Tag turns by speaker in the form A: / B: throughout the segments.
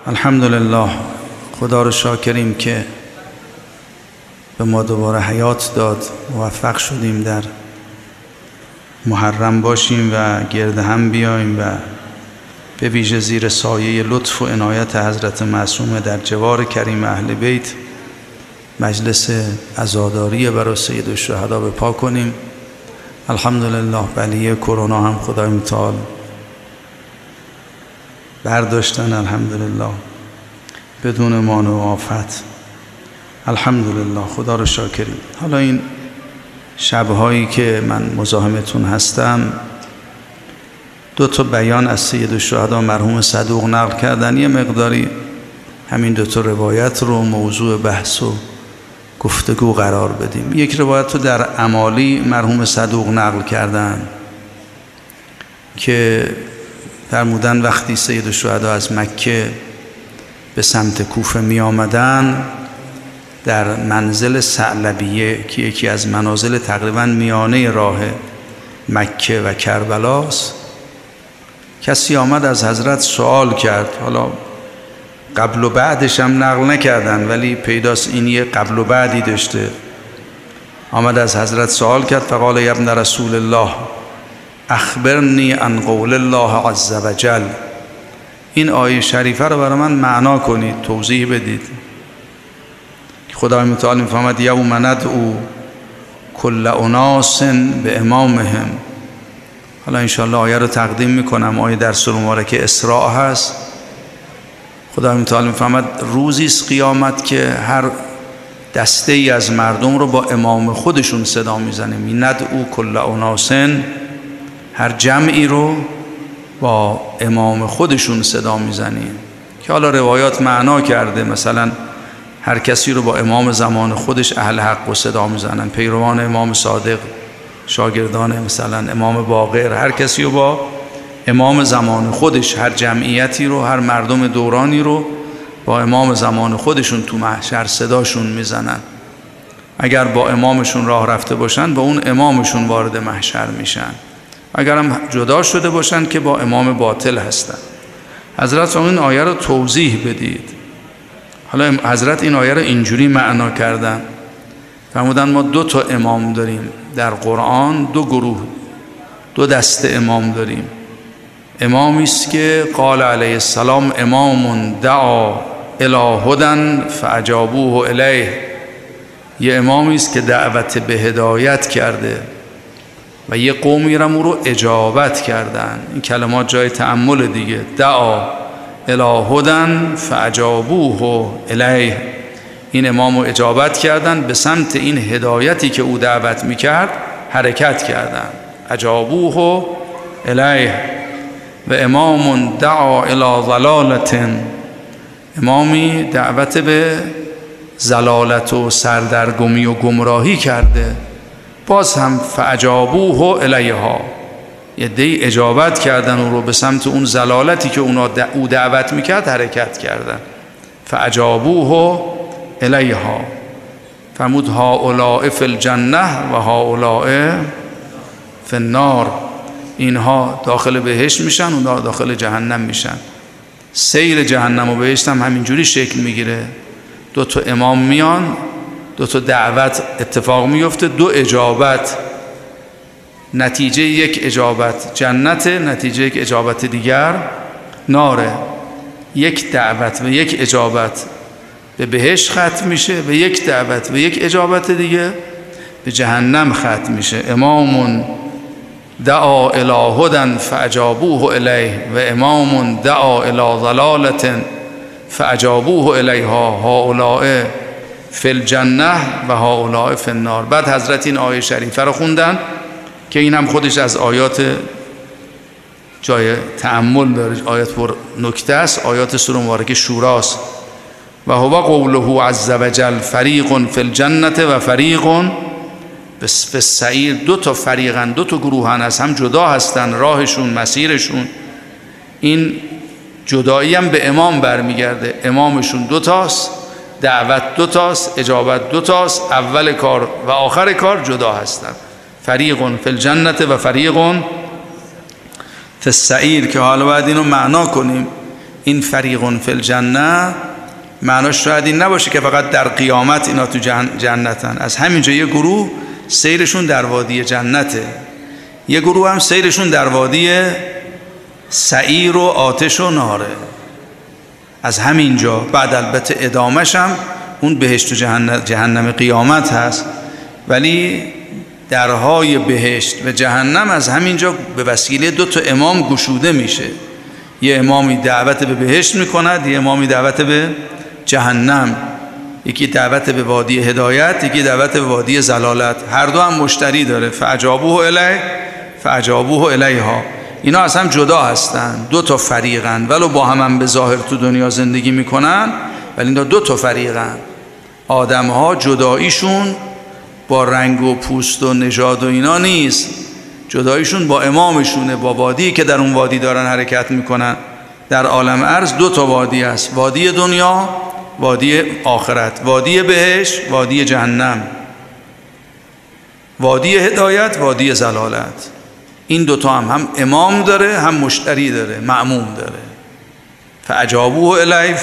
A: الحمدلله، خدا رو شاکریم که به ما دوباره حیات داد، موفق شدیم در محرم باشیم و گرد هم بیاییم و به ویژه زیر سایه لطف و عنایت حضرت معصومه در جوار کریم اهل بیت مجلس عزاداری برای سید الشهدا به پا کنیم. الحمدلله بلیه کرونا هم خدای متعال برداشتن، الحمدلله بدون مانع و آفت. الحمدلله، خدا رو شاکریم. حالا این شبهایی که من مزاحمتون هستم، دو تا بیان از سید الشهدا مرحوم صدوق نقل کردن، یه مقداری همین دو تا روایت رو موضوع بحث و گفتگو قرار بدیم. یک روایت رو در امالی مرحوم صدوق نقل کردن که فرمودن وقتی سید الشهدا از مکه به سمت کوفه می آمدن، در منزل ثعلبیه که یکی از منازل تقریبا میانه راه مکه و کربلاست، کسی آمد از حضرت سوال کرد. حالا قبل و بعدش هم نقل نکردن ولی پیداست این یه قبل و بعدی داشته. آمد از حضرت سوال کرد، فقال یا ابن رسول الله اخبرنی عن قول الله عز وجل. این آیه شریفه رو برای من معنا کنید، توضیح بدید. خدای متعال می‌فرماید یوم ندعو کل اناس به امامهم. حالا انشاءالله آیه رو تقدیم میکنم، آیه در سوره مبارکه اسراء هست. خدای متعال می‌فرماید روزی است قیامت که هر دسته ای از مردم رو با امام خودشون صدا میزنیم. ندعو کل اناس، هر جمعی رو با امام خودشون صدا میزنیم. که حالا روایات معنا کرده، مثلا هر کسی رو با امام زمان خودش اهل حق و صدا میزنن، پیروان امام صادق، شاگردان مثلا امام باقر، هر کسی رو با امام زمان خودش، هر جمعیتی رو، هر مردم دورانی رو با امام زمان خودشون تو محشر صداشون میزنن. اگر با امامشون راه رفته باشن با اون امامشون وارد محشر میشن، اگر هم جدا شده باشن که با امام باطل هستن. حضرت این آیه رو توضیح بدید. حالا حضرت این آیه رو اینجوری معنا کردن، فرمودن ما دو تا امام داریم در قرآن، دو گروه، دو دسته امام داریم. امامی است که قال علیه السلام امام دعا الی هدی فاجابوه الیه. یه امامی است که دعوت به هدایت کرده و یه قومی را او رو اجابت کردن. این کلمات جای تأمل دیگه. دعا الی هدی فاجابوه الیه، این امام رو اجابت کردن، به سمت این هدایتی که او دعوت میکرد حرکت کردن. اجابوه الیه. و امام دعا الی ضلالت، امامی دعوت به ضلالت و سردرگمی و گمراهی کرده، باز هم فاجابوه الیها، یه دی اجابت کردن او رو به سمت اون ضلالتی که او دعوت میکرد حرکت کردن. فاجابوه الیها. فرمود هؤلاء فی الجنه و هؤلاء فی النار. اینها داخل بهشت میشن، اونها داخل جهنم میشن. سیر جهنم و بهشت هم همینجوری شکل میگیره. دو تا امام میان، دو تا دعوت اتفاق میفته، دو اجابت، نتیجه یک اجابت جنت، نتیجه یک اجابت دیگر ناره. یک دعوت و یک اجابت به بهشت ختم میشه و یک دعوت و یک اجابت دیگه به جهنم ختم میشه. امام دعا الی هدی فاجابوه الیه و امام دعا الی ضلالت فاجابوه الیها هؤلاء فی الجنه و هؤلاء فی النار. بعد حضرت این آیه شریفه رو خوندن که این هم خودش از آیات جای تأمل داره، آیات پر نکته است. آیات سوره مبارکه شوراست. و هو قوله عز وجل فریق فی الجنه و فریق فی السعیر. دو تا فریقن، دو تا گروهن، از هم جدا هستن، راهشون، مسیرشون. این جدایی هم به امام برمیگرده. امامشون دوتاست، دعوت دوتاست، اجابت دوتاست، اول کار و آخر کار جدا هستن. فریق فی الجنه و فریق فی السعیر. که حالا باید اینو معنا کنیم. این فریق فی الجنه معناش شاید این نباشه که فقط در قیامت اینا تو جنتن. از همینجا یه گروه سیرشون در وادی جنته، یه گروه هم سیرشون در وادی سعیر و آتش و ناره. از همینجا بعد البته ادامش هم اون بهشت و جهنم قیامت هست، ولی درهای بهشت و جهنم از همینجا به وسیله 2 تا امام گشوده میشه. یه امامی دعوت به بهشت میکند، یه امامی دعوت به جهنم، یکی دعوت به وادی هدایت، یکی دعوت به وادی ضلالت. هر دو هم مشتری داره. فاجابوه الیها. اینا از هم جدا هستن، 2 تا فریقن، ولو با هم به ظاهر تو دنیا زندگی میکنن، ولی اینا 2 تا فریقن. آدم ها جداییشون با رنگ و پوست و نژاد و اینا نیست، جداییشون با امامشونه، با وادی که در اون وادی دارن حرکت میکنن. در عالم ارض 2 تا وادی است، وادی دنیا، وادی آخرت، وادی بهشت، وادی جهنم، وادی هدایت، وادی ضلالت. این 2 تا هم امام داره، هم مشتری داره، مأموم داره. فاجابوه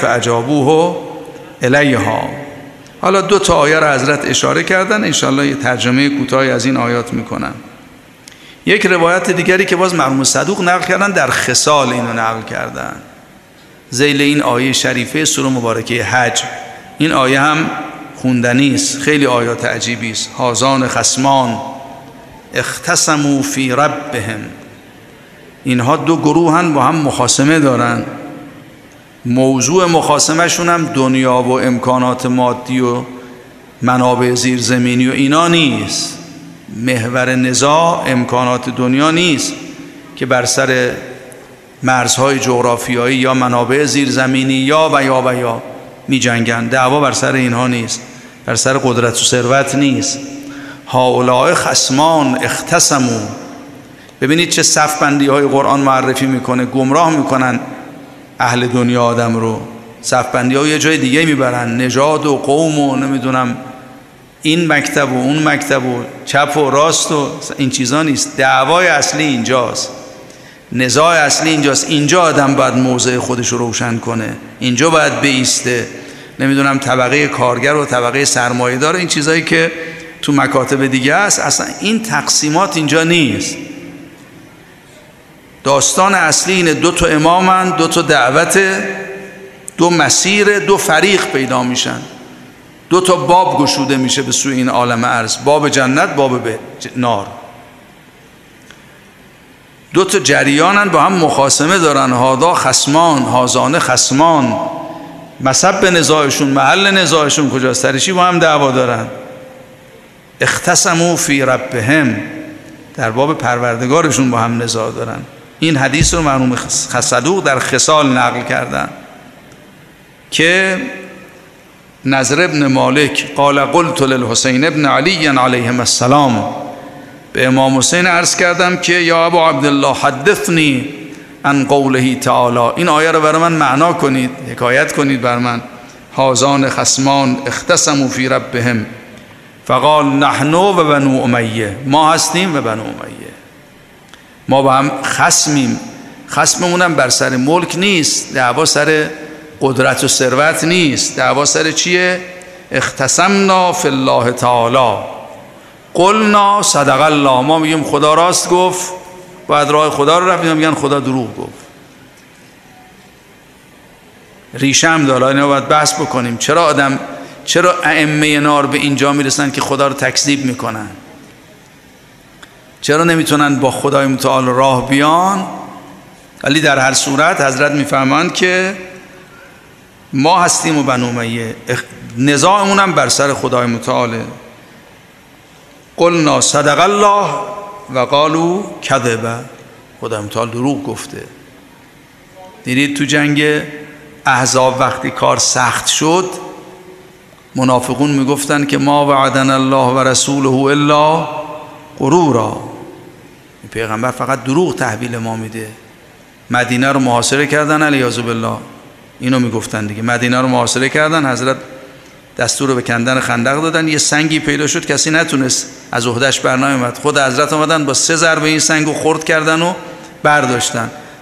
A: الیها. حالا 2 تا آیه را حضرت اشاره کردن، انشاءالله یه ترجمه کوتاهی از این آیات میکنن. یک روایت دیگری که باز مرحوم صدوق نقل کردن، در خصال اینو نقل کردن ذیل این آیه شریفه سوره مبارکه حج. این آیه هم خوندنی است، خیلی آیات عجیبی است. هازان خصمان اختصموا فی ربهم. اینها 2 گروهن با هم مخاصمه دارن، موضوع مخاصمه شون هم دنیا و امکانات مادی و منابع زیرزمینی و اینا نیست. محور نزاع امکانات دنیا نیست که بر سر مرزهای جغرافیایی یا منابع زیرزمینی یا می جنگن. دعوا بر سر اینها نیست، بر سر قدرت و ثروت نیست. هؤلاء خصمان اختصموا. ببینید چه صف بندی های قرآن معرفی میکنه. گمراه میکنن اهل دنیا آدم رو، صف بندی ها یه جای دیگه میبرن، نژاد و قوم و نمیدونم این مکتب و اون مکتب و چپ و راست و این چیزا نیست. دعوای اصلی اینجاست، نزاع اصلی اینجاست. اینجا آدم باید موضع خودش رو روشن کنه، اینجا باید بایسته. نمیدونم طبقه کارگر و طبقه سرمایه‌دار، این چیزایی که تو مکاتب دیگه است، اصلا این تقسیمات اینجا نیست. داستان اصلی اینه 2 تا امامن، 2 تا دعوت، 2 مسیر، 2 فریق پیدا میشن، 2 تا باب گشوده میشه به سوی این عالم ارز، باب جنت، باب نار. 2 تا جریانن با هم مخاصمه دارن. هادا خصمان، هازانه خصمان. مصب نزاعشون، محل نزاعشون کجاست؟ سرشی با هم دعوا دارن. اختصموا فی ربهم، در باب پروردگارشون با هم نزاع دارن. این حدیث رو مرحوم صدوق در خصال نقل کردن که نضر ابن مالک قال قلت للحسین ابن علی علیهم السلام، به امام حسین عرض کردم که یا ابو عبدالله حدثنی عن قوله تعالی، این آیه رو برای من معنا کنید، حکایت کنید بر من. هازان خصمان اختصموا فی ربهم فقال نحن و بنو امیه، ما هستیم و بنو امیه، ما با هم خصمیم. خصممونم بر سر ملک نیست، دعوا سر قدرت و ثروت نیست، دعوا سر چیه؟ اختصمنا فی الله تعالی قلنا صدق الله، ما میگیم خدا راست گفت، باید راه خدا رو رفتیم، میگن خدا دروغ گفت. ریشه هم داره، اینا باید بحث بکنیم. چرا ائمه نار به اینجا میرسن که خدا رو تکذیب میکنن؟ چرا نمیتونن با خدای متعال راه بیان؟ ولی در هر صورت حضرت میفهمند که ما هستیم و بنو امیه، نزاعمون هم بر سر خدای متعاله. قلنا صدق الله و قالوا کذب، خدای متعال دروغ گفته. دیدید تو جنگ احزاب وقتی کار سخت شد، منافقون میگفتن که ما وعدنا الله و رسوله الا غرورا، پیغمبر فقط دروغ تحویل ما میده. مدینه رو محاصره کردن، علیاذ بالله، اینو میگفتن دیگه. مدینه رو محاصره کردن، حضرت دستور به کندن خندق دادن، یه سنگی پیدا شد کسی نتونست از عهدهش برنیامد، خود حضرت اومدن با 3 ضربه این سنگو خرد کردن و برداشتن.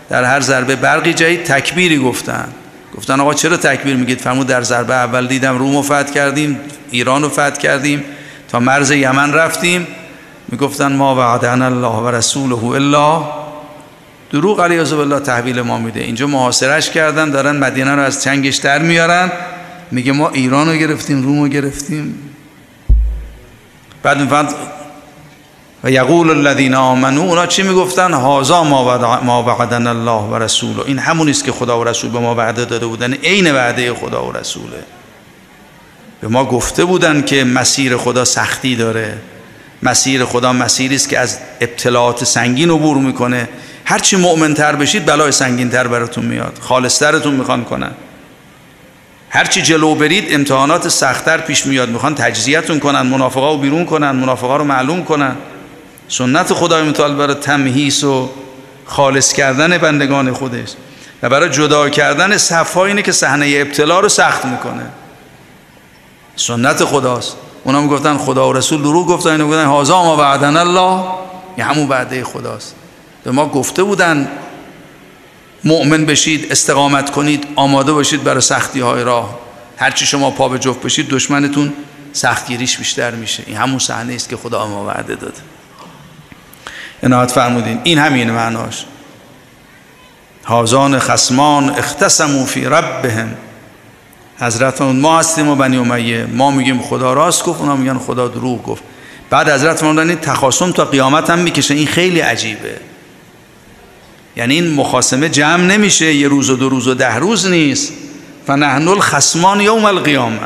A: در هر ضربه برقی جدید تکبیری گفتن آقا چرا تکبیر میگید؟ فرمود در ضربه اول دیدم روم رو فتح کردیم، ایران رو فتح کردیم، تا مرز یمن رفتیم، میگفتن ما وعدنا الله و رسوله الا دروغ، علیاذ بالله تحویل ما میده. اینجا محاصرهش کردن، دارن مدینه رو از چنگش در میارن، میگه ما ایران رو گرفتیم، روم رو گرفتیم. بعد میفهمد و یقول الذین آمنوا، اونا چی میگفتن؟ هذا ما وعدنا الله و رسوله، این همون است که خدا و رسول به ما وعده داده بودن، عین وعده خدا و رسوله. به ما گفته بودن که مسیر خدا سختی داره، مسیر خدا مسیری است که از ابتلاعات سنگین عبور میکنه. هرچی مؤمن‌تر بشید بلای سنگین‌تر براتون میاد، خالص‌ترتون میخوان کنن. هرچی جلو برید امتحانات سخت‌تر پیش میاد، میخوان تجزیه‌تون کنن، منافقا رو بیرون کنن، منافقا رو معلوم کنن. سنت خدای متعال برای تمهیص و خالص کردن بندگان خودش و برای جدا کردن صف‌ها اینه که صحنه ابتلا رو سخت میکنه. سنت خداست. اونا میگفتن خدا و رسول دروغ گفتن، اینا میگفتن هذا ما وعدنا الله، این همون وعده خداست. به ما گفته بودن مؤمن بشید، استقامت کنید، آماده باشید برای سختی های راه. هرچی شما پا به جفت بشید دشمنتون سختگیریش بیشتر میشه. این همون صحنه است که خدا ما وعده داده. عنایت فرمودین. این همین معناش. هازان خصمان اختصموا فی ربهم. حضرت ما هستیم و بنی امیه، ما میگیم خدا راست گفت، اونا میگن خدا دروغ گفت. بعد حضرت فرمودن این تخاصم تا قیامت هم میکشه. این خیلی عجیبه. یعنی این مخاصمه جمع نمیشه، یه روز و 2 روز و 10 روز نیست. فنحن الخصمان یوم القیامه.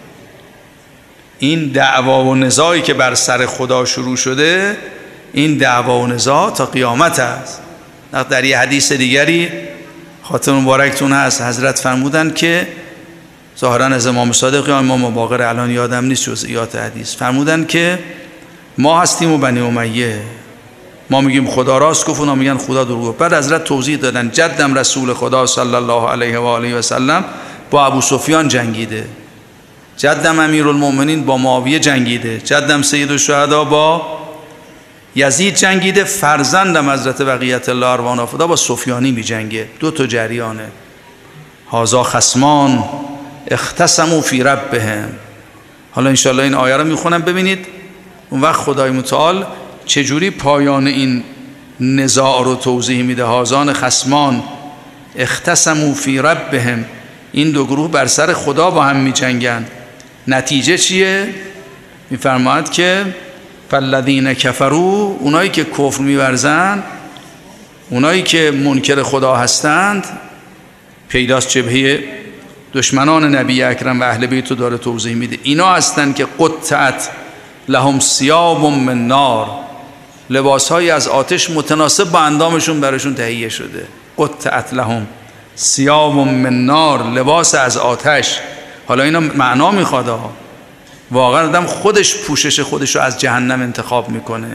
A: این دعوا و نزاعی که بر سر خدا شروع شده، این دعوا و نزاع تا قیامت است. در یه حدیث دیگری خاتم مبارکتون هست، حضرت فرمودن که ظاهرا از امام صادق یا امام باقر، الان یادم نیست جزئیات حدیث، فرمودن که ما هستیم و بنی امیه، ما میگیم خدا راست گفت، اونا میگن خدا دروغ گفت. بعد حضرت توضیح دادن جدم رسول خدا صلی الله علیه و آله و سلم با ابو سفیان جنگیده، جدم امیرالمؤمنین با معاویه جنگیده، جدم سید الشهدا با یزید جنگیده، فرزندم حضرت بقیت الله اروان فدا با سفیانی می جنگه. 2 تا جریانه. هازا خصمان اختصموا فی ربهم. حالا انشاءالله این آیه رو میخونم ببینید اون وقت خدای متعال چجوری پایان این نزاع رو توضیح میده. هازان خصمان اختصموا فی ربهم، این 2 گروه بر سر خدا با هم می جنگن. نتیجه چیه؟ میفرماید که فالذین کفروا، اونایی که کفر می‌ورزن، اونایی که منکر خدا هستند، پیداست جبهه دشمنان نبی اکرم و اهل بیت رو داره توضیح میده. اینا هستند که قطعت لهم ثیاب من نار، لباسهایی از آتش متناسب با اندامشون براشون تهیه شده. قطعت لهم ثیاب من نار، لباس از آتش. حالا اینا معنا میخواد، واقعا آدم خودش پوشش خودش رو از جهنم انتخاب میکنه.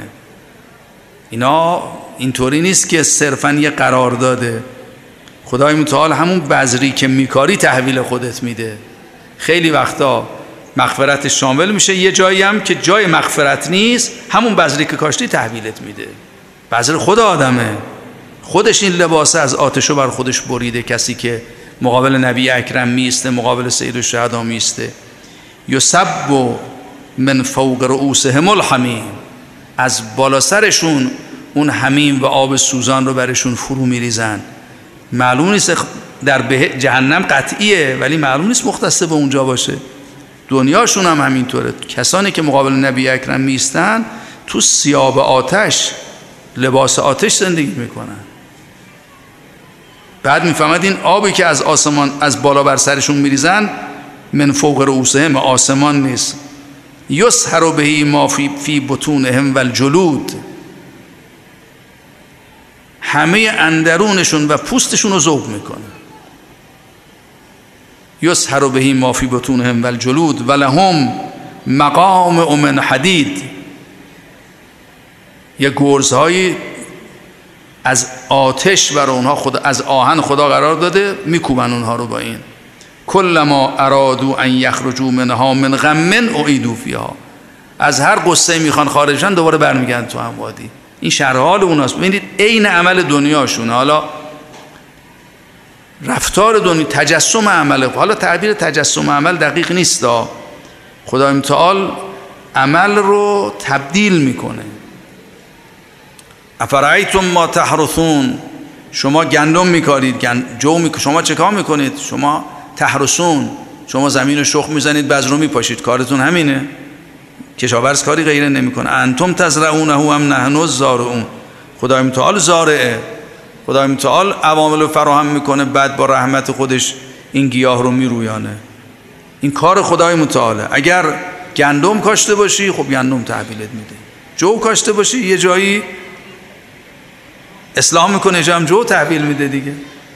A: اینا اینطوری نیست که صرفا یه قرار داده. خدای متعال همون بذری که میکاری تحویل خودت میده. خیلی وقتا مغفرت شامل میشه، یه جایی هم که جای مغفرت نیست، همون بذری که کاشتی تحویلت میده. بذر خود آدمه، خودش این لباس از آتشو بر خودش بریده. کسی که مقابل نبی اکرم میسته، مقابل سید الشهدا میسته. یصب من فوق رؤوسهم الحمیم، از بالا سرشون اون حمیم و آب سوزان رو برشون فرو میریزن. معلوم نیست در جهنم قطعیه، ولی معلوم نیست مختص به اونجا باشه. دنیاشون هم همینطوره. کسانی که مقابل نبی اکرم میستن تو ثیاب آتش، لباس آتش زندگی میکنن. بعد میفهمد این آبی که از آسمان از بالا بر سرشون میریزن من فوق رؤوسهم، آسمان نیست. یسحر به ما فی بطونهم والجلود، همه اندرونشون و پوستشون رو ذوب میکنه. یسحر به ما فی بطونهم والجلود ولهم مقامع من حدید، یه گرزهایی از آتش برای اونها، خدا از آهن خدا قرار داده، میکوبن اونها رو با این. کلما ارادوا ان یخرجوا منها من غم اعیدوا فیها، از هر قصه میخوان خارجن دوباره برمیگردن تو هم وادی. این شرح حال اوناست. ببینید عین عمل دنیاشونه. حالا رفتار دنیا تجسم عمله. حالا تعبیر تجسم عمل دقیق نیست، خدای متعال عمل رو تبدیل میکنه. افرایتم ما تحرثون، شما گندم میکارید، شما چه کار میکنید؟ شما تحرثون، شما زمین رو شخم میزنید، بذر رو میپاشید، کارتون همینه. کشاورز کاری غیره نمیکنه. انتم تزرعونه ام نحن الزارعون، خدای متعال زارعه، خدای متعال عوامل رو فراهم میکنه، بعد با رحمت خودش این گیاه رو میرویانه. این کار خدای متعاله. اگر گندم کاشته باشی خب گندم تحویلت میده، جو کاشته باشی یه جایی اصلاح میکنه، جام جو تحویل میده دیگه.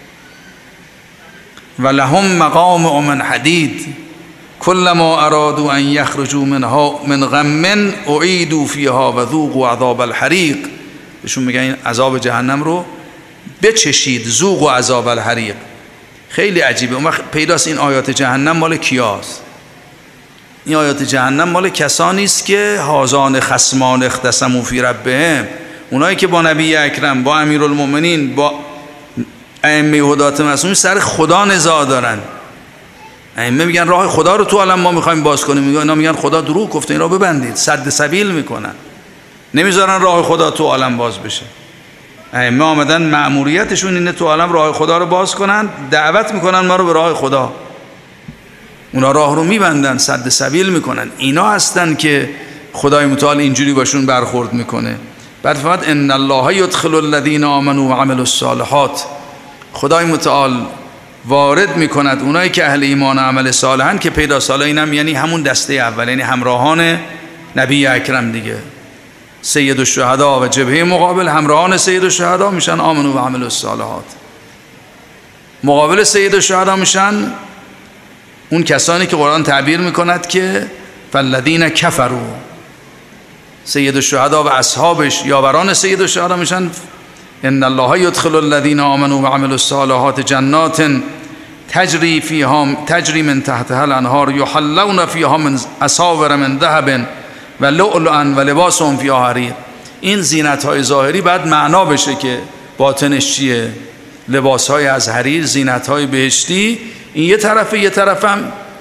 A: و لهم مقام من حدید کلما ارادوا ان یخرجوا منها من غم اعیدوا فیها و ذوقوا عذاب الحریق. بهشون میگن این عذاب جهنم رو بچشید، ذوق و عذاب الحریق. خیلی عجیبه. اون وقت پیداست این آیات جهنم مال کیاست؟ این آیات جهنم مال کسانی است که هازان خصمان اختصموا فی ربهم، اونایی که با نبی اکرم، با امیرالمومنین، با ائمه هدات معصومین سر خدا نزاع دارن. ائمه میگن راه خدا رو تو عالم ما میخوایم باز کنیم، اینا میگن خدا دروغ گفته، این را ببندید، سد سبیل میکنن، نمیذارن راه خدا تو عالم باز بشه. ائمه آمدن مأموریتشون اینه تو عالم راه خدا رو باز کنن، دعوت میکنن ما رو به راه خدا، اونا راه رو میبندن، سد سبیل میکنن. اینا هستن که خدای متعال اینجوری باشون برخورد میکنه. بعد فرمود ان الله یدخل الذین آمنوا و عملوا الصالحات، خدای متعال وارد میکند اونایی که اهل ایمان و عمل صالحن، که پیدا سالا اینم یعنی همون دسته اول، یعنی همراهان نبی اکرم دیگه. سید الشهدا و جبهه مقابل همراهان سید الشهدا میشن آمنوا و عملوا الصالحات، مقابل سید الشهدا میشن اون کسانی که قرآن تعبیر میکند که فالذین کفروا. سید الشهدا و اصحابش یاوران سید الشهدا میشن ان الله یدخل الذین آمنوا و عملوا الصالحات جنات تجری من تحتها الانهار یحلون فیها من اساور من ذهب و لؤلؤا و لباسهم فیها حریر. این زینت های ظاهری بعد معنا بشه که باطنش چیه؟ لباس های از حریر، زینت های بهشتی. این یه طرفه، یه طرفم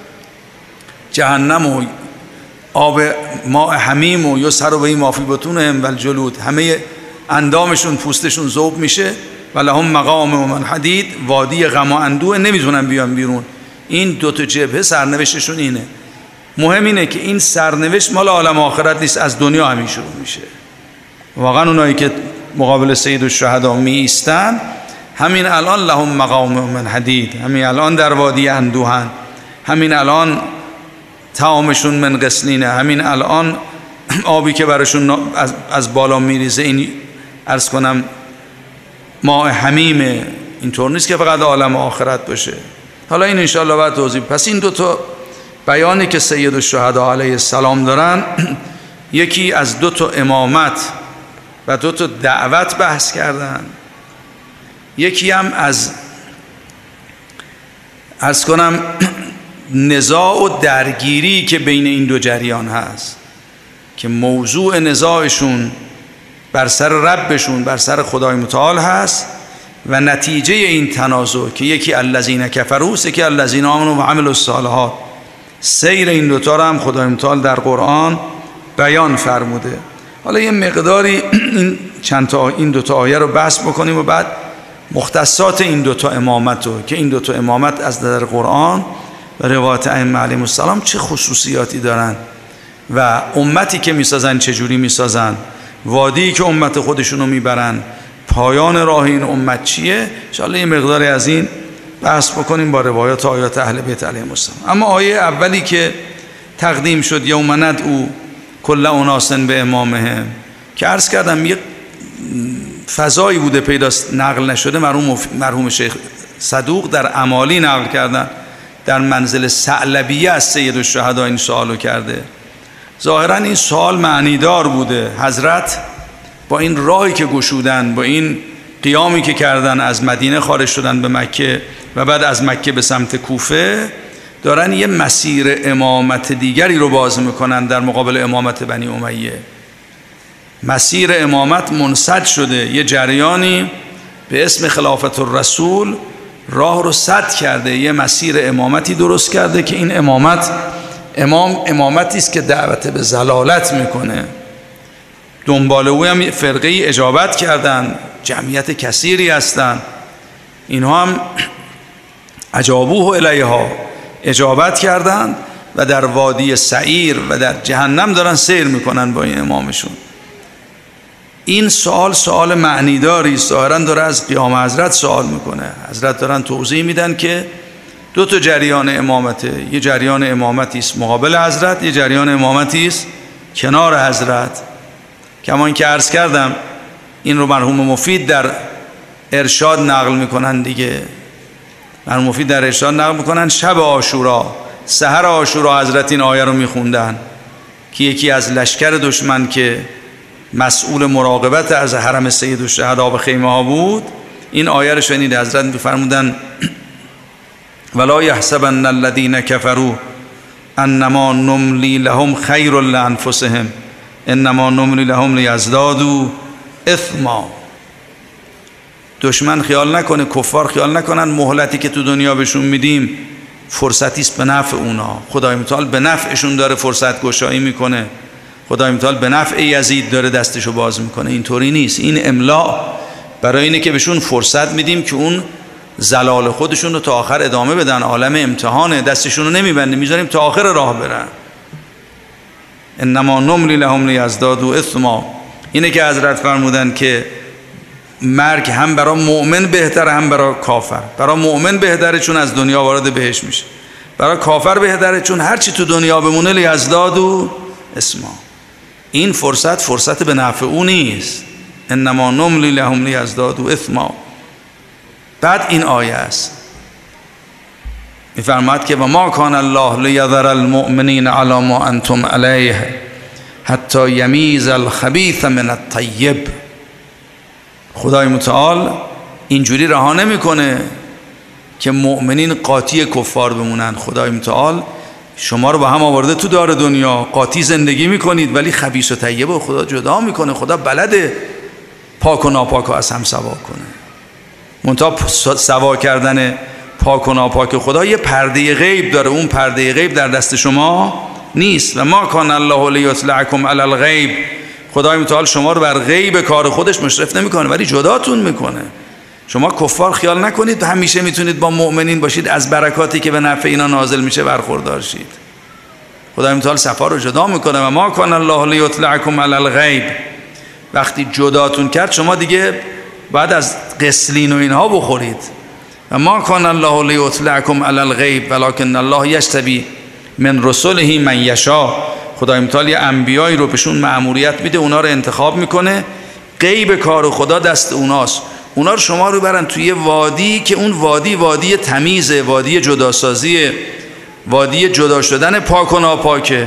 A: جهنم و آب ماء حمیم و یسهر به ما فی بطونهم و الجلود، همه اندامشون پوستشون ذوب میشه. و لهم مقام من حدید، وادی غم و اندوه، نمیتونن بیان بیرون. این دو تا جبهه سرنوشتشون اینه. مهم اینه که این سرنوشت مال عالم آخرت نیست، از دنیا همین شروع میشه. واقعا اونایی که مقابل سید الشهدا می ایستن همین الان لهم مقام من حدید، همین الان در وادی اندوهن، همین الان طعامشون من غسلینه، همین الان آبی که براشون از بالا میریزه این عرض کنم ماء حمیمه. اینطور نیست که فقط عالم آخرت باشه. حالا این انشاءالله بعد توضیح. پس این دو تا بیانی که سید الشهدا علیه السلام دارن، یکی از دو تا امامت و دو تا دعوت بحث کردن، یکی هم از عرض کنم نزاع و درگیری که بین این دو جریان هست، که موضوع نزاعشون بر سر ربشون، بر سر خدای متعال هست، و نتیجه این تنازع که یکی الذین کفروا، یکی الذین آمنوا و عملوا الصالحات. سیر این دوتا رو هم خدای متعال در قرآن بیان فرموده. حالا یه مقداری این دوتا آیه رو بحث بکنیم و بعد مختصات این دوتا امامت رو، که این دوتا امامت از در قرآن و روایت ائمه علیهم السلام چه خصوصیاتی دارن و امتی که میسازن چجوری میسازن، وادی که امت خودشونو میبرن، پایان راه این امت چیه. ان شاءالله یه مقداری از این بحث بکنیم با روایات آیات اهل بیت علیهم السلام. اما آیه اولی که تقدیم شد یوم ندعو کل اناس به امامهم، که عرض کردم یه فضایی بوده پیداست نقل نشده، مرحوم شیخ صدوق در اعمالی نقل کردن، در منزل ثعلبیه از سید الشهدا این سوالو کرده. ظاهرا این سوال معنیدار بوده. حضرت با این راهی که گشودن، با این قیامی که کردن، از مدینه خارج شدن به مکه و بعد از مکه به سمت کوفه، دارن یه مسیر امامت دیگری رو باز میکنن در مقابل امامت بنی امیه. مسیر امامت منسد شده، یه جریانی به اسم خلافت الرسول راه رو سد کرده، یه مسیر امامتی درست کرده که این امامتی است که دعوت به ضلالت میکنه. دنبال او هم فرقه ای اجابت کردن، جمعیت کثیری هستن، اینها هم اجابوه الیها، اجابت کردند و در وادی سعیر و در جهنم دارن سیر میکنن با این امامشون. این سوال معنیداری است. ظاهراً داره از قیام حضرت سوال میکنه. حضرت دارن توضیح میدن که دو تا جریان امامته، یه جریان امامتی است مقابل حضرت، یه جریان امامتی است کنار حضرت. کما اینکه عرض کردم این رو مرحوم مفید در ارشاد نقل میکنن دیگه. مرحوم مفید در ارشاد نقل میکنن شب عاشورا، سحر عاشورا حضرت این آیه رو میخوندن که یکی از لشکر دشمن که مسئول مراقبت از حرم سید الشهدا به خیمه ها بود این آیه رو شنید. حضرت میفرمودن ولا یحسبن الذین کفروا انما نملی لهم خیر لانفسهم انما نملی لهم لیزدادوا اثما. دشمن خیال نکنه، کفار خیال نکنن مهلتی که تو دنیا بهشون میدیم فرصتی است به نفع اونا. خدای متعال به نفعشون داره فرصت گشایی میکنه. خدای متعال به نفع یزید داره دستشو باز میکنه. اینطوری نیست. این املاء برای اینه که بهشون فرصت میدیم که اون زلال خودشون رو تا آخر ادامه بدن. عالم امتحانه، دستشون رو نمیبندیم، میذاریم تا آخر راه برن. انما نملی لهم لیزدادوا اثما. اینه که حضرت فرمودن که مرگ هم برای مؤمن بهتره هم برای کافر. برای مؤمن بهتره چون از دنیا وارد بهشت میشه، برای کافر بهتره چون هرچی تو دنیا بمونه لیزدادوا اثما. این فرصت به نفع او نیست. انما نملی لهم لیزدادوا اثما. بعد این آیه است میفرماد که و ما کان الله لیذر المؤمنین علی ما انتم علیه حتی یمیز الخبیث من الطیب. خدای متعال اینجوری رها نمیکنه که مؤمنین قاطی کفار بمونن. خدای متعال شما رو با هم آورده تو دار دنیا، قاطی زندگی میکنید ولی خبیث و طیب رو خدا جدا میکنه. خدا بلده پاک و ناپاک رو از هم سوا کنه. منتها سوا کردن پاک و ناپاک خدا یه پرده غیب داره، اون پرده غیب در دست شما نیست. و ما کان الله لیطلعکم علی الغیب. خدای متعال شما رو بر غیب کار خودش مشرف نمیکنه ولی جداتون میکنه. شما کفار خیال نکنید همیشه میتونید با مؤمنین باشید از برکاتی که به نفع اینا نازل میشه برخوردار شید. خدای متعال صفا رو جدا میکنه. و ما کان الله لیطلعکم علی الغیب. وقتی جداتون کرد شما دیگه بعد از قسلین و اینها بخورید. و ما کان الله لیطلعکم علی الغیب ولکن الله یجتبی من رسله من یشاء. خدای متعال یه انبیایی رو بهشون مأموریت میده، اونا رو انتخاب میکنه. غیب کار خدا دست اوناست. اونا رو شما رو برن توی وادی که اون وادی تمیزه، وادی جداسازیه، وادی جدا شدن پاک و ناپاکه.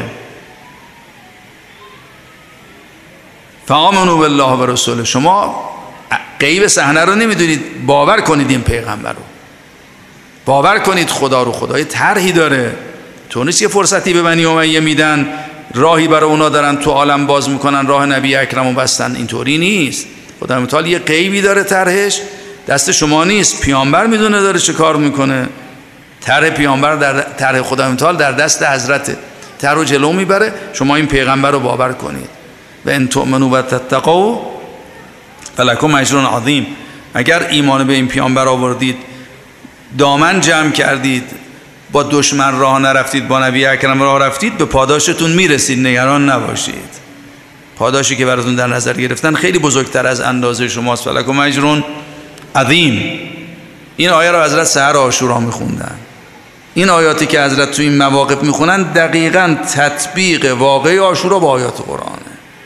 A: فآمنوا بالله و رسوله. شما غیب صحنه رو نمیدونید، باور کنید این پیغمبر رو، باور کنید خدا رو. خدای طرحی داره. تو نیست یه فرصتی به بنی امیه میدن راهی برای اونا دارن تو عالم باز میکنن راه نبی اکرم رو بستن. اینطوری نیست. خدای متعال یه غیبی داره، طرحش دست شما نیست. پیامبر میدونه داره چه کار میکنه. طرح پیامبر در طرح خدای متعال در دست حضرته. طرح رو جلو میبره. شما این پیغمبر رو باور کنید. و ان تؤمنوا و تتقوا فلکم اجر عظیم. اگر ایمان به این پیامبر آوردید، دامن جمع کردید، با دشمن راه نرفتید، با نبی اکرم راه رفتید، به پاداشتون میرسید. نگران نباشید. پاداشی که براتون در نظر گرفتن خیلی بزرگتر از اندازه شماست. فلکم اجر عظیم. این آیه رو حضرت سحر عاشورا میخوندن. این آیاتی که حضرت تو این مواقف میخونن دقیقاً تطبیق واقعی عاشورا با آیات قرآنه.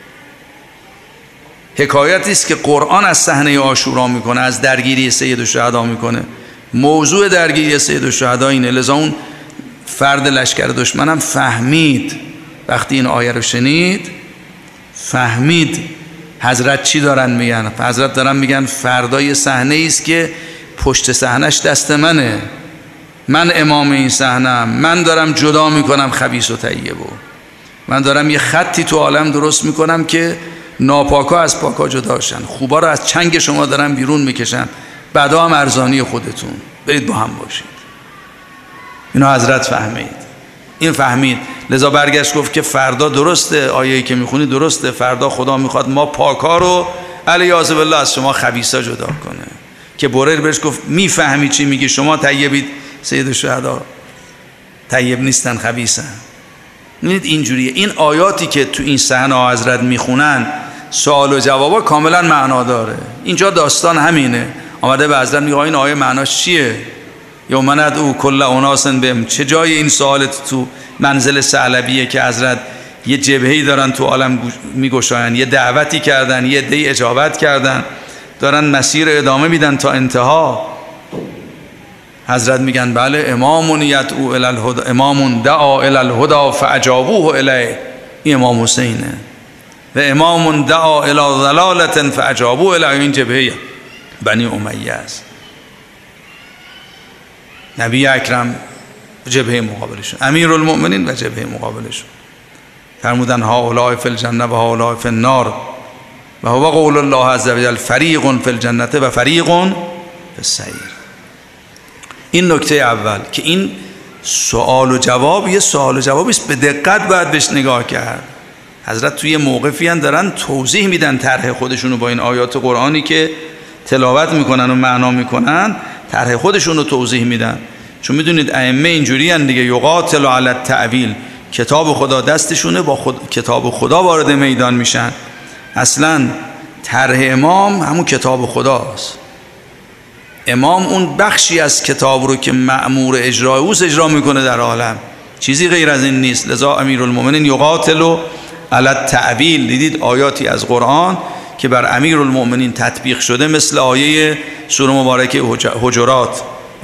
A: حکایتی است که قرآن از صحنه عاشورا میکنه، از درگیری سید الشهدا میکنه. موضوع درگیری سید الشهدا اینه. لذا اون فرد لشکر دشمنم فهمید، وقتی این آیه رو شنید فهمید حضرت چی دارن میگن. حضرت دارن میگن فردای صحنه است که پشت صحنهش دست منه، من امام این صحنه‌ام، من دارم جدا میکنم خبیث و طیبو، من دارم یه خطی تو عالم درست میکنم که ناپاکا از پاکا جدا شن، خوبا رو از چنگ شما دارم بیرون میکشن، بعدا هم ارزانی خودتون. برید با هم باشید. اینو حضرت فهمید، این فهمید، لذا برگشت گفت که فردا درسته آیه‌ای که میخونی درسته، فردا خدا میخواد ما پاکا رو علیاذ بالله از شما خبیثا جدا کنه. که بریر بهش گفت میفهمی چی میگی؟ شما طیبید. سید الشهدا طیب نیستن، خبیثن. ببینید اینجوریه. این آیاتی که تو این صحنه حضرت میخونن سوال و جوابا کاملا معنا داره. اینجا داستان همینه. آمده به حضرت میگه این آیه معناش چیه؟ یوم ندعو کل اناس بهم. چه جای این سوالت تو منزل ثعلبیه که حضرت یه جبهه‌ای دارن تو عالم میگشاین، یه دعوتی کردن، یه عده‌ای اجابت کردن، دارن مسیر ادامه میدن تا انتها. حضرت میگن بله امام یدعو الی الهدی، امام دعا الی الهدی فاجابوه الیه. این امام حسینه. و امام دعا الی ضلاله فاجابوه الیه. این جبهه بنی امیه است. نبی اکرم جبهه مقابلشون، امیرالمؤمنین و جبهه مقابلشون فرمودن هؤلاء فی الجنه و هؤلاء فی النار و هو قول الله عز وجل فریق فی الجنه و فریق فی السعیر. این نکته اول که این سوال و جواب یه سوال و جوابی است، به دقت باید بهش نگاه کرد. حضرت توی موقفی ان دارن توضیح میدن طرح خودشونو با این آیات قرآنی که تلاوت میکنن و معنا میکنن، طرح خودشون رو توضیح میدن. چون میدونید ائمه اینجوری ان دیگه، یقاتل علی التأویل، کتاب خدا دستشونه، با کتاب خدا وارد میدان میشن. اصلا طرح امام همون کتاب خداست. امام اون بخشی از کتاب رو که مأمور اجرای اوست اجرا میکنه در عالم، چیزی غیر از این نیست. لذا امیرالمؤمنین یقاتل علی التأویل. دیدید آیاتی از قرآن که بر امیرالمؤمنین تطبیق شده، مثل آیه سوره مبارکه حجرات و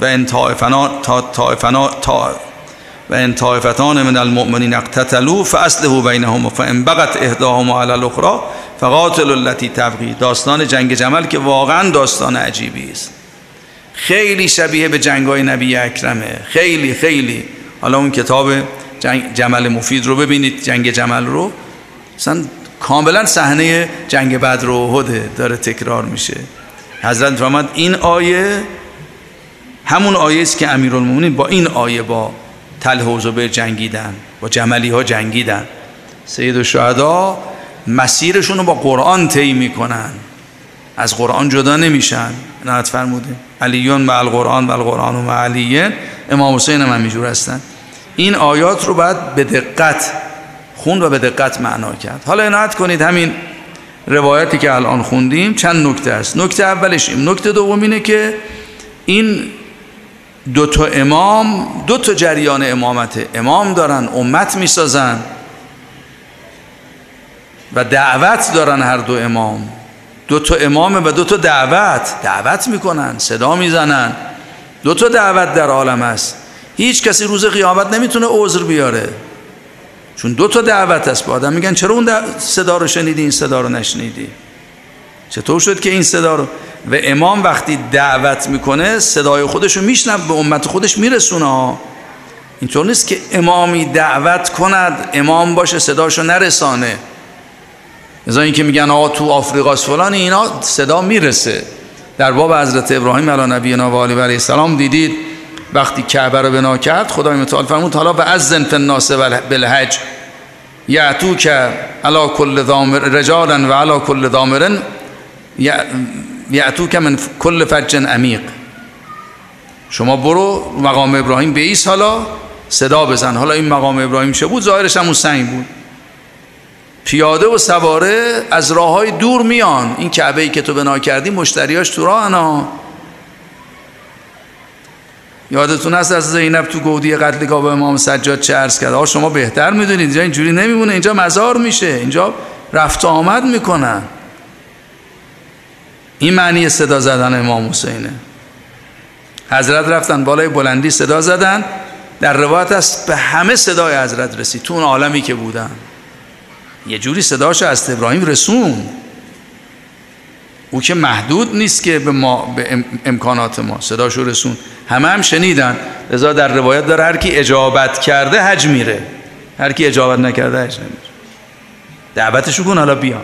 A: ان طائفتان من المؤمنین اقتتلوا فاصلحوا بینهما فان بغت احداهما علی الاخرى فقاتلوا التي تبغي. داستان جنگ جمل که واقعا داستان عجیبی است، خیلی شبیه به جنگ‌های نبی اکرمه، خیلی خیلی. حالا اون کتاب جمل مفید رو ببینید، جنگ جمل رو، مثلا کاملا صحنه جنگ بدر و احد داره تکرار میشه. حضرت فرمود این آیه همون آیه است که امیرالمومنین با این آیه با طلحه و زبیر جنگیدن، با جملی ها جنگیدن. سید الشهدا مسیرشون رو با قرآن طی میکنن، از قرآن جدا نمیشن. نهایت فرموده علیون مع القرآن و القرآن مع علیین. امام حسین هم همینجور هستن. این آیات رو باید به دقت خوند و به دقت معنا کرد. حالا عنایت کنید همین روایتی که الان خوندیم چند نکته است. نکته اولش این، نکته دوم اینه که این دو تا امام، دو تا جریان امامت، امام دارن امت میسازن و دعوت دارن. هر دو امام، دو تا امام و دو تا دعوت میکنن، صدا میزنن. دو تا دعوت در عالم است. هیچ کسی روز قیامت نمیتونه عذر بیاره، چون دو تا دعوت است. با آدم میگن چرا اون صدا رو شنیدی این صدا رو نشنیدی؟ چطور شد که این صدا رو؟ و امام وقتی دعوت میکنه صدای خودش رو میشنوه، به امت خودش میرسونه. اینطور نیست که امامی دعوت کند امام باشه صداشو نرسانه. مثلا این که میگن آقا تو آفریقاست فلان، اینا صدا میرسه. در باب حضرت ابراهیم علی نبینا و آله علیه السلام دیدید وقتی کعبه رو بنا کرد، خدای متعال فرمود حالا فاذن فی الناس بالحج یأتوک علی کل ضامر رجالا و علی کل ضامر یأتوک من کل فج عمیق. شما برو مقام ابراهیم بیس، حالا صدا بزن. حالا این مقام ابراهیم چه بود؟ ظاهرش همون سنگ بود. پیاده و سواره از راههای دور میان. این کعبه‌ای که تو بنا کردی مشتریاش تو راهن. یادتون هست از زینب تو گودی قتلگاه به امام سجاد چه عرض کرد؟ شما بهتر میدونید اینجا اینجوری نمیمونه، اینجا مزار میشه، اینجا رفت و آمد میکنن. این معنی صدا زدن امام حسینه. حضرت رفتن بالای بلندی صدا زدن، در روایت است به همه صدای حضرت رسید تو اون عالمی که بودن. یه جوری صداشو از ابراهیم رسون. او که محدود نیست که به ما، به امکانات ما، صداشو رسون. همه هم شنیدن. لذا در روایت داره هر کی اجابت کرده حج میره، هر کی اجابت نکرده حج نمیره. دعوتشو کن حالا بیان.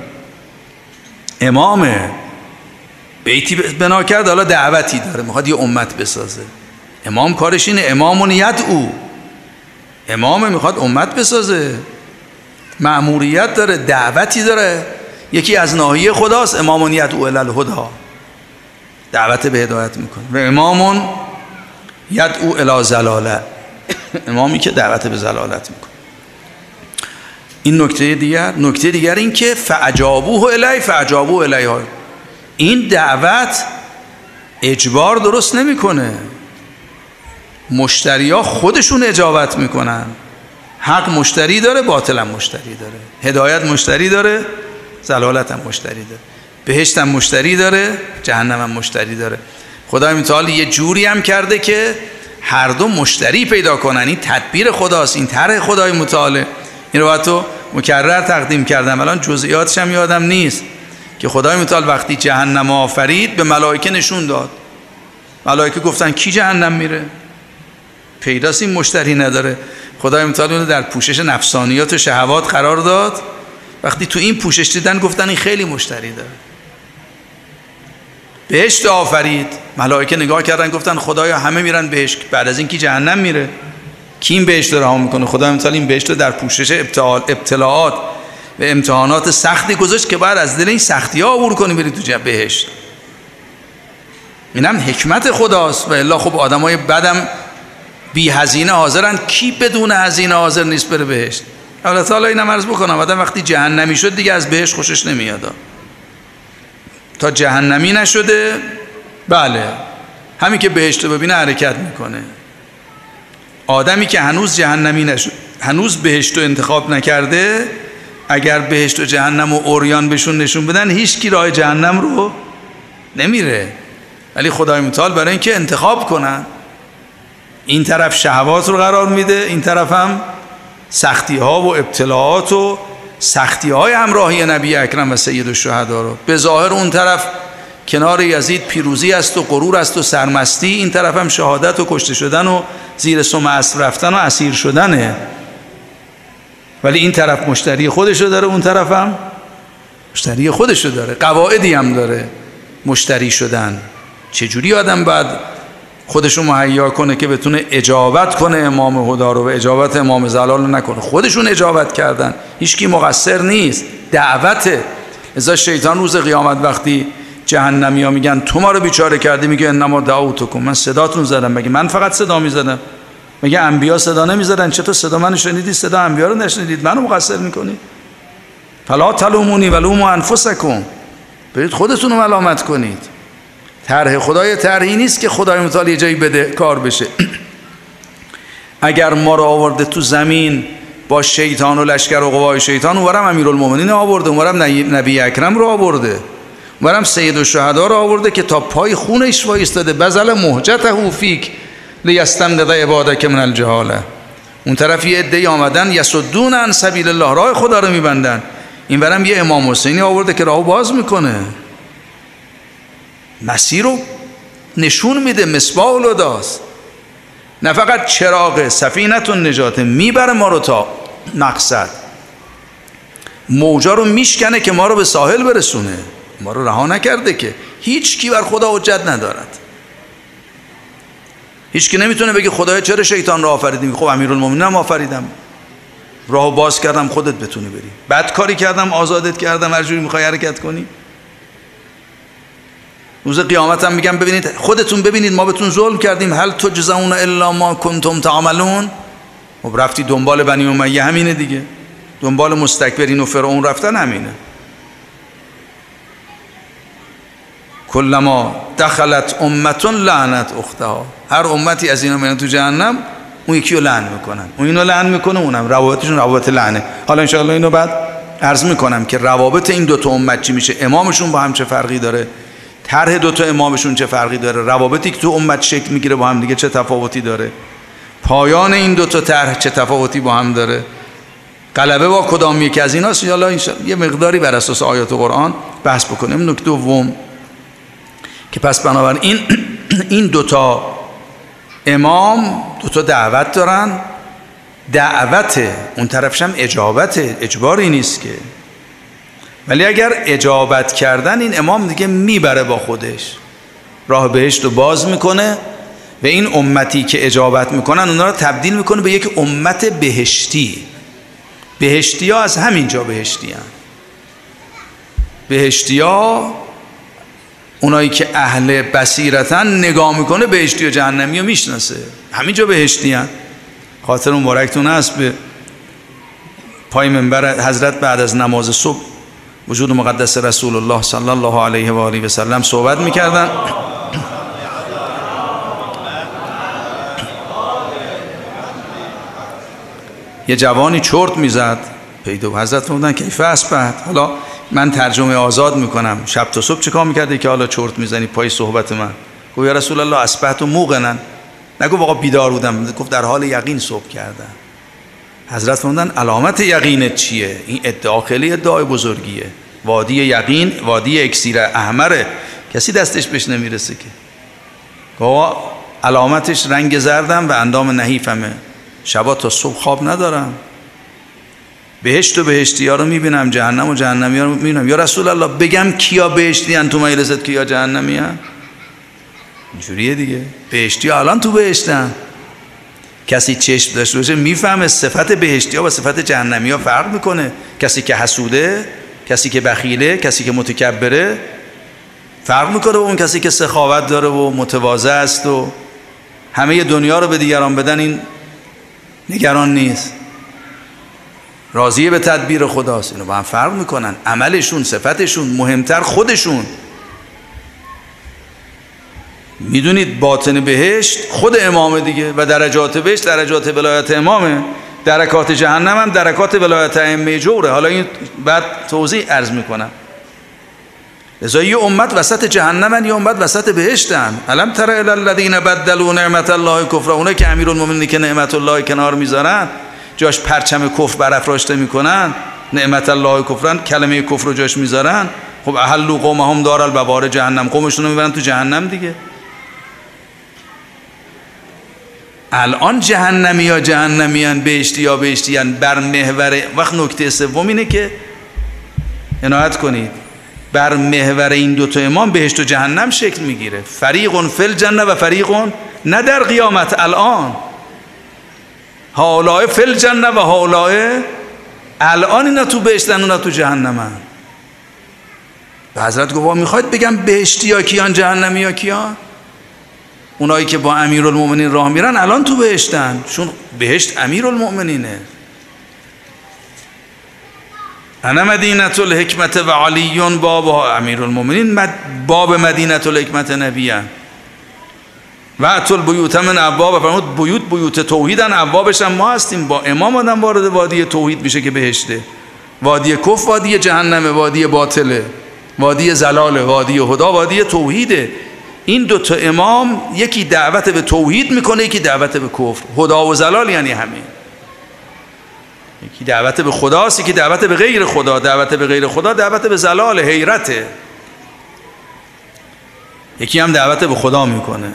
A: امامه بیتی بنا کرد، حالا دعوتی داره، میخواد یه امت بسازه. امام کارش اینه، امامون یدعو، امام میخواد امت بسازه، مأموریت داره، دعوتی داره. یکی از ناحیه خداست، امامون یدعو الی الهدی، دعوت به هدایت میکنه. و امامون یدعو الی ضلاله، امامی که دعوت به ضلالت میکنه. این نکته دیگر. نکته دیگر این که فاجابوه الی فاجابوه الیها، این دعوت اجبار درست نمیکنه، مشتریا خودشون اجابت میکنن. حق مشتری داره، باطل هم مشتری داره، هدایت مشتری داره، ضلالت هم مشتری داره، بهشت هم مشتری داره، جهنم هم مشتری داره. خدای متعال یه جوری هم کرده که هر دو مشتری پیدا کنن. این تدبیر خداست، این طرح خدای متعاله. این رو تو مکرر تقدیم کردم، الان جزئیاتش هم یادم نیست که خدای متعال وقتی جهنم آفرید به ملائکه نشون داد. ملائکه گفتن کی جهنم میره؟ پیداست این مشتری نداره. خدای متعال اون در پوشش نفسانیات و شهوات قرار داد. وقتی تو این پوشش دیدن گفتن این خیلی مشتری داره. بهشت آفرید، ملائکه نگاه کردن گفتن خدایا همه میرن بهشت، بعد از این کی جهنم میره؟ کی این بهشت رو رها میکنه؟ خدای متعال این بهشت رو در پوشش ابتلاعات و امتحانات سختی گذاشت که بعد از دل این سختی ها عبور کنی بری تو بهشت. اینم حکمت خداست. و الا خب آدمای بدم بی هزینه حاضرن، کی بدون هزینه حاضر نیست بره بهشت؟ البته حالا اینم عرض بکنم آدم وقتی جهنمی شد دیگه از بهشت خوشش نمیاد. تا جهنمی نشده بله، همین که بهشت رو ببینه حرکت میکنه. آدمی که هنوز جهنمی نشد، هنوز بهشت رو انتخاب نکرده، اگر بهشت و جهنم و عریان بهشون نشون بدن هیچ کی راه جهنم رو نمیره. ولی خدای متعال برای اینکه انتخاب کنن، این طرف شهوات رو قرار میده، این طرف هم سختی ها و ابتلاعات و سختی های همراهی نبی اکرم و سید الشهدا رو. به ظاهر اون طرف کنار یزید پیروزی است و غرور است و سرمستی، این طرف هم شهادت و کشته شدن و زیر سم اسب رفتن و اسیر شدنه. ولی این طرف مشتری خودشو داره، اون طرف هم مشتری خودشو داره، قواعدی هم داره مشتری شدن. چجوری آدم باید خودشو مهیا کنه که بتونه اجابت کنه امام هدا رو و اجابت امام زلال رو نکنه؟ خودشون اجابت کردن، هیچکی مقصر نیست، دعوته. ازا شیطان روز قیامت وقتی جهنمی ها میگن تو ما رو بیچاره کردی، میگه انما دعوتکم، من صداتون زدم. مگه من فقط صدا میزدم؟ مگه انبیا صدا نمیزدن؟ چطور صدا منو شنیدید صدا انبیا رو نشنیدید؟ منو مقصر میکنید؟ فلا تلومونی ولوموا انفسکم، برید خودتون رو ملامت کنید. طرح خدای طرحی نیست که خدای متعال یه جایی بده کار بشه. اگر ما رو آورده تو زمین با شیطان و لشکر و قوای شیطان، اونورم امیرالمومنین آورده، اونورم نبی اکرم رو آورده، اونورم سید الشهدا رو آورده که تا پای خونش وایستاده، بذل مهجته فیک لیستمدد عبادک من الجهاله. اون طرف یه عده‌ای آمدن یصدون عن سبیل الله، راه خدا رو میبندن. اینورم یه امام حسینی آورده که راهو باز میکنه، مسیر رو نشون میده، مصباح الهداست. نه فقط چراغ سفینه النجات، میبره ما رو تا مقصد، موجا رو میشکنه که ما رو به ساحل برسونه، ما رو رها نکرده که. هیچ کی بر خدا حجت ندارد. هیچ کی نمیتونه بگه خدایا چرا شیطان رو آفریدی؟ خب امیرالمومنین هم آفریدم، راهو باز کردم خودت بتونی بری. بد کاری کردم آزادت کردم، هر جوری میخوای حرکت کنی. روز قیامت هم میگم ببینید خودتون ببینید ما بهتون ظلم کردیم، هل تجزون الا ما کنتم تعملون. خب رفتی دنبال بنی امیه، همینه دیگه، دنبال مستکبرین و فرعون رفتن همینه. کلما دخلت امه لعنت اختها، هر امتی از اینا میرن تو جهنم اون یکی رو لعن میکنن، اون اینو لعن میکنه، اونم روابطشون روابط لعنه. حالا ان شاء الله اینو بعد عرض میکنم که روابط این دو تا امت چی میشه، امامشون با هم چه فرقی داره، طرح دو تا امامشون چه فرقی داره، روابطی که تو امت شکل میگیره با هم دیگه چه تفاوتی داره، پایان این دو تا طرح چه تفاوتی با هم داره، غلبه با کدام یکی از ایناست. ان شاء الله یه مقداری بر اساس آیات قرآن بحث بکنیم. نکته دوم که پس بنابراین این دو تا امام دو تا دعوت دارن، دعوت اون طرفش هم اجابت، اجباری نیست که. ولی اگر اجابت کردن این امام دیگه میبره با خودش، راه بهشت رو باز میکنه و این امتی که اجابت میکنن اونا رو تبدیل میکنه به یک امت بهشتی. بهشتی ها از همینجا بهشتی هن. بهشتی ها اونایی که اهل بصیرتن نگاه میکنه بهشتی و جهنمی رو میشناسه، همینجا بهشتی هن. خاطر مبارکتون هست به پای منبر حضرت بعد از نماز صبح وجود مقدس رسول الله صلی الله علیه و آله و سلم صحبت میکردن. یه جوانی چرت میزد، پیدا حضرت فرمودن کیف اصبحت. حالا من ترجمه آزاد میکنم، شب تا صبح چیکار میکردی که حالا چرت میزنی پای صحبت من؟ گفت یا رسول الله اصبحت موقنا. نگو واقعا بیدار بودم، گفت در حال یقین صبح کردم. حضرت فرمودن علامت یقینت چیه؟ این ادعا خیلی ادعای بزرگیه. وادی یقین وادی اکسیر احمره، کسی دستش بهش نمیرسه که. گفت علامتش رنگ زردم و اندام نحیفمه، شبا تا صبح خواب ندارم، بهشت و بهشتی ها رو میبینم، جهنم و جهنمی ها رو میبینم. یا رسول الله بگم کیا بهشتی هن تو مجلست کیا جهنمی هن؟ اینجوریه دیگه. بهشتی ها الان تو بهشتن. کسی چشم داشته باشه میفهمه صفت بهشتی ها و صفت جهنمی ها فرق میکنه. کسی که حسوده، کسی که بخیله، کسی که متکبره فرق میکنه با اون کسی که سخاوت داره و متواضع است و همه دنیا رو به دیگران بدن. این نگران نیست، راضیه به تدبیر خداست. اینو با هم فرق میکنن، عملشون، صفتشون، مهمتر خودشون. میدونید باطن بهشت خود امامه دیگه و درجات بهشت درجات ولایت امامه، درکات جهنم هم درکات ولایت ائمه جوره. حالا این بعد توضیح عرض میکنم. لذا یه امت وسط جهنمن، یه امت وسط بهشتن. الم تر الی الذین بدلوا نعمت الله کفرا، اونایی که امیرالمومنین که نعمت الله کنار میذارن، جاش پرچم کفر برافراشته میکنن، نعمت الله کفرن، کلمه کفر رو جاش میذارن. خب احلوا قومهم دار البوار جهنم، قومشون رو میبرن تو جهنم دیگه. الان جهنمی یا جهنمیان، بهشتی یا بهشتیان، بر محور. وقت نکته سوم اینه که عنایت کنید، بر محور این دوتا امام بهشت و جهنم شکل میگیره. فریق فی الجنه و فریق نه در قیامت، الان هؤلاء فی الجنه و هؤلاء الان اینا تو بهشتن اونا تو جهنمن. به حضرت گفت میخواید بگم بهشتی یا کیان جهنمی یا کیان؟ اونایی که با امیرالمومنین راه میرن الان تو بهشتن، چون بهشت امیرالمومنینه. انا مدینه الحکمت و علیون بابها، امیرالمومنین باب مدینه الحکمت نبیان و اتل بیوت من ابواب، فرمود بیوت توحیدن، ابوابش هم ما هستیم. با امام آدم وارد وادی توحید میشه که بهشته. وادی کفر وادی جهنمه، وادی باطله، وادی زلاله، وادی هدا وادی توحیده. این دو تا امام یکی دعوت به توحید میکنه، یکی دعوت به کفر. هدا و زلال یعنی همین، یکی دعوت به خداست، یکی دعوت به غیر خدا. دعوت به غیر خدا دعوت به زلال، حیرته. یکی هم دعوت به خدا میکنه.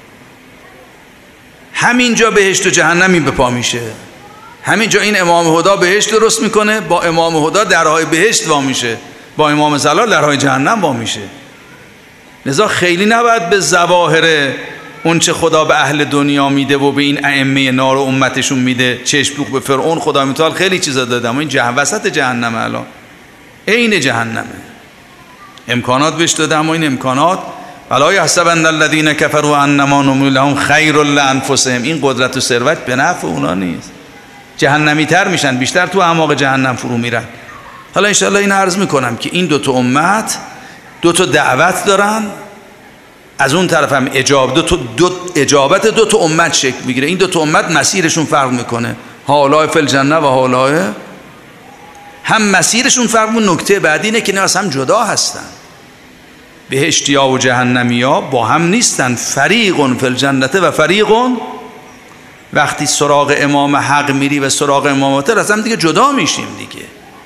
A: همینجا بهشت و جهنمی به پا میشه. همینجا این امام هدا بهشت درست میکنه، با امام هدا درهای بهشت وا میشه، با امام زلال درهای جهنم وا میشه. لذا خیلی نباید به ظواهر اون چه خدا به اهل دنیا میده و به این ائمه نار و امتشون میده، چشم دوخ به فرعون خدا میتوال خیلی چیزا داده، اما این وسط جهنم، الان عین جهنمه. امکانات بهش داده، اما این امکانات ولا یحسبن الذین کفروا انما نملی لهم خیر لانفسهم، این قدرت و ثروت به نفع اونا نیست. جهنمی تر میشن، بیشتر تو اعماق جهنم فرو میرن. حالا ان شاء الله این عرض میکنم که این دو تا امت دو تا دعوت دارن، از اون طرف هم اجابت دو تا امت شکل میگیره. این دو تا امت مسیرشون فرق میکنه، هؤلاء فی الجنه و هؤلاء هم مسیرشون فرق میکنه. نکته بعدی اینه که اینا از هم جدا هستن. بهشتیا و جهنمیا با هم نیستن. فریق فی الجنه و فریق، وقتی سراغ امام حق میری و سراغ امام باطل از هم دیگه جدا میشیم دیگه.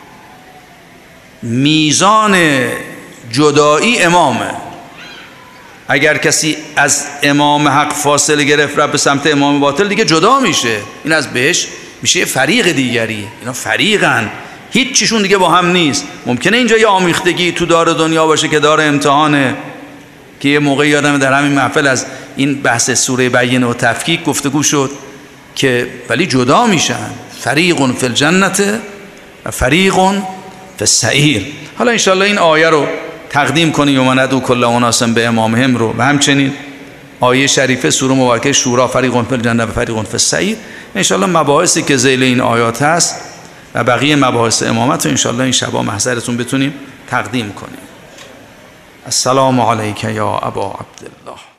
A: میزان جدایی امامه. اگر کسی از امام حق فاصله گرفت رفت به سمت امام باطل دیگه جدا میشه. این از بهش میشه فریق دیگری. اینا فریقن، هیچ چیشون دیگه با هم نیست. ممکنه اینجا یه آمیختگی تو دار دنیا باشه که دار امتحانه، که یه موقع یادم در همین محفل از این بحث سوره بینه و تفکیک گفتگو شد که ولی جدا میشن، فریق فی الجنة و فریق فی السعیر. حالا انشالله این آیه رو تقدیم کنیم یوم ندعو کل اناس بامامهم رو، و همچنین آیه شریفه سوره مبارکه شورا فریق فی الجنة و فریق فی السعیر. انشالله مباحثی که ذیل این آیات هست و بقیه مباحث امامت رو انشالله این شبا محضرتون بتونیم تقدیم کنیم. السلام علیک یا ابا عبدالله.